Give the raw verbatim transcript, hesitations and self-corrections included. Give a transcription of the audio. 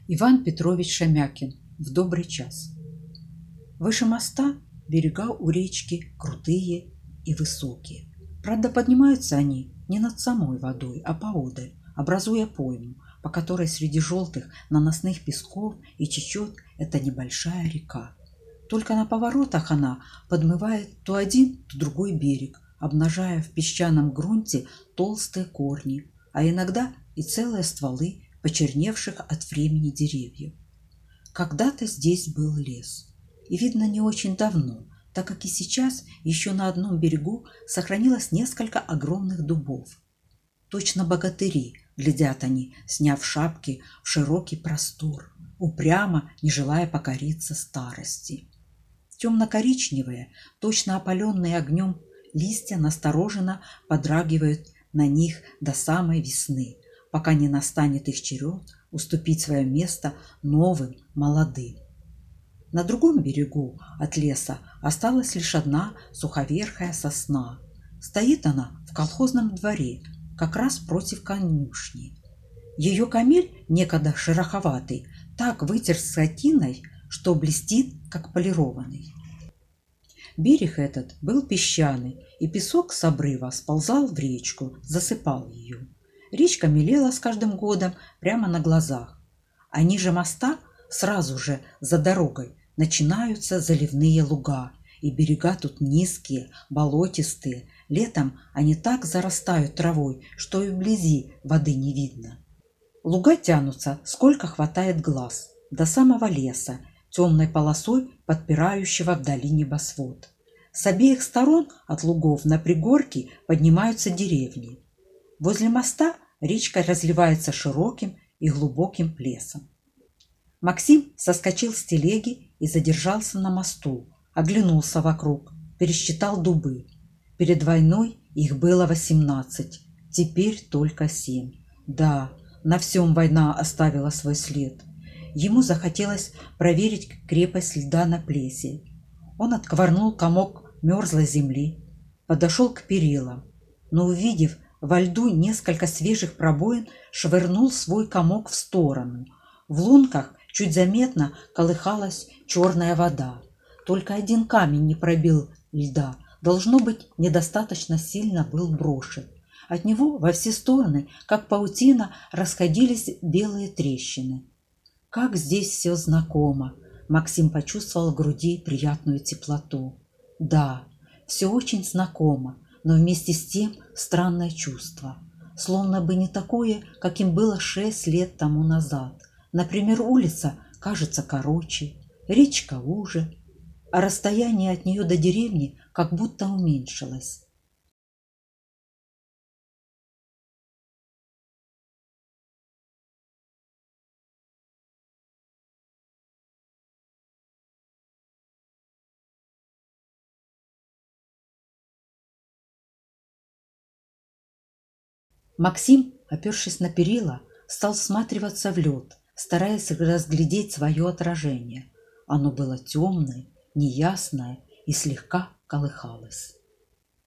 Иван Петрович Шамякин. В добрый час. Выше моста берега у речки крутые и высокие. Правда, поднимаются они не над самой водой, а поодаль, образуя пойму, по которой среди желтых наносных песков и течет эта небольшая река. Только на поворотах она подмывает то один, то другой берег, обнажая в песчаном грунте толстые корни, а иногда и целые стволы почерневших от времени деревьев. Когда-то здесь был лес, и видно не очень давно, так как и сейчас еще на одном берегу сохранилось несколько огромных дубов. Точно богатыри, глядят они, сняв шапки в широкий простор, упрямо не желая покориться старости. Темно-коричневые, точно опаленные огнем листья настороженно подрагивают на них до самой весны, пока не настанет их черед уступить свое место новым, молодым. На другом берегу от леса осталась лишь одна суховерхая сосна. Стоит она в колхозном дворе, как раз против конюшни. Ее камель, некогда шероховатый, так вытер скотиной, что блестит, как полированный. Берег этот был песчаный, и песок с обрыва сползал в речку, засыпал ее. Речка мелела с каждым годом прямо на глазах, а ниже моста, сразу же за дорогой, начинаются заливные луга, и берега тут низкие, болотистые. Летом они так зарастают травой, что и вблизи воды не видно. Луга тянутся, сколько хватает глаз, до самого леса, темной полосой подпирающего вдали небосвод. С обеих сторон от лугов на пригорке поднимаются деревни. Возле моста речка разливается широким и глубоким плесом. Максим соскочил с телеги и задержался на мосту, оглянулся вокруг, пересчитал дубы. Перед войной их было восемнадцать, теперь только семь. Да, на всем война оставила свой след. Ему захотелось проверить крепость льда на плесе. Он отковырнул комок мерзлой земли, подошел к перилам, но, увидев во льду несколько свежих пробоин, швырнул свой комок в сторону. В лунках чуть заметно колыхалась черная вода. Только один камень не пробил льда, должно быть, недостаточно сильно был брошен. От него во все стороны, как паутина, расходились белые трещины. Как здесь все знакомо! Максим почувствовал в груди приятную теплоту. Да, все очень знакомо, но вместе с тем странное чувство, словно бы не такое, каким было шесть лет тому назад. Например, улица кажется короче, речка уже, а расстояние от нее до деревни как будто уменьшилось. Максим, опершись на перила, стал всматриваться в лед, стараясь разглядеть свое отражение. Оно было темное, неясное и слегка колыхалось.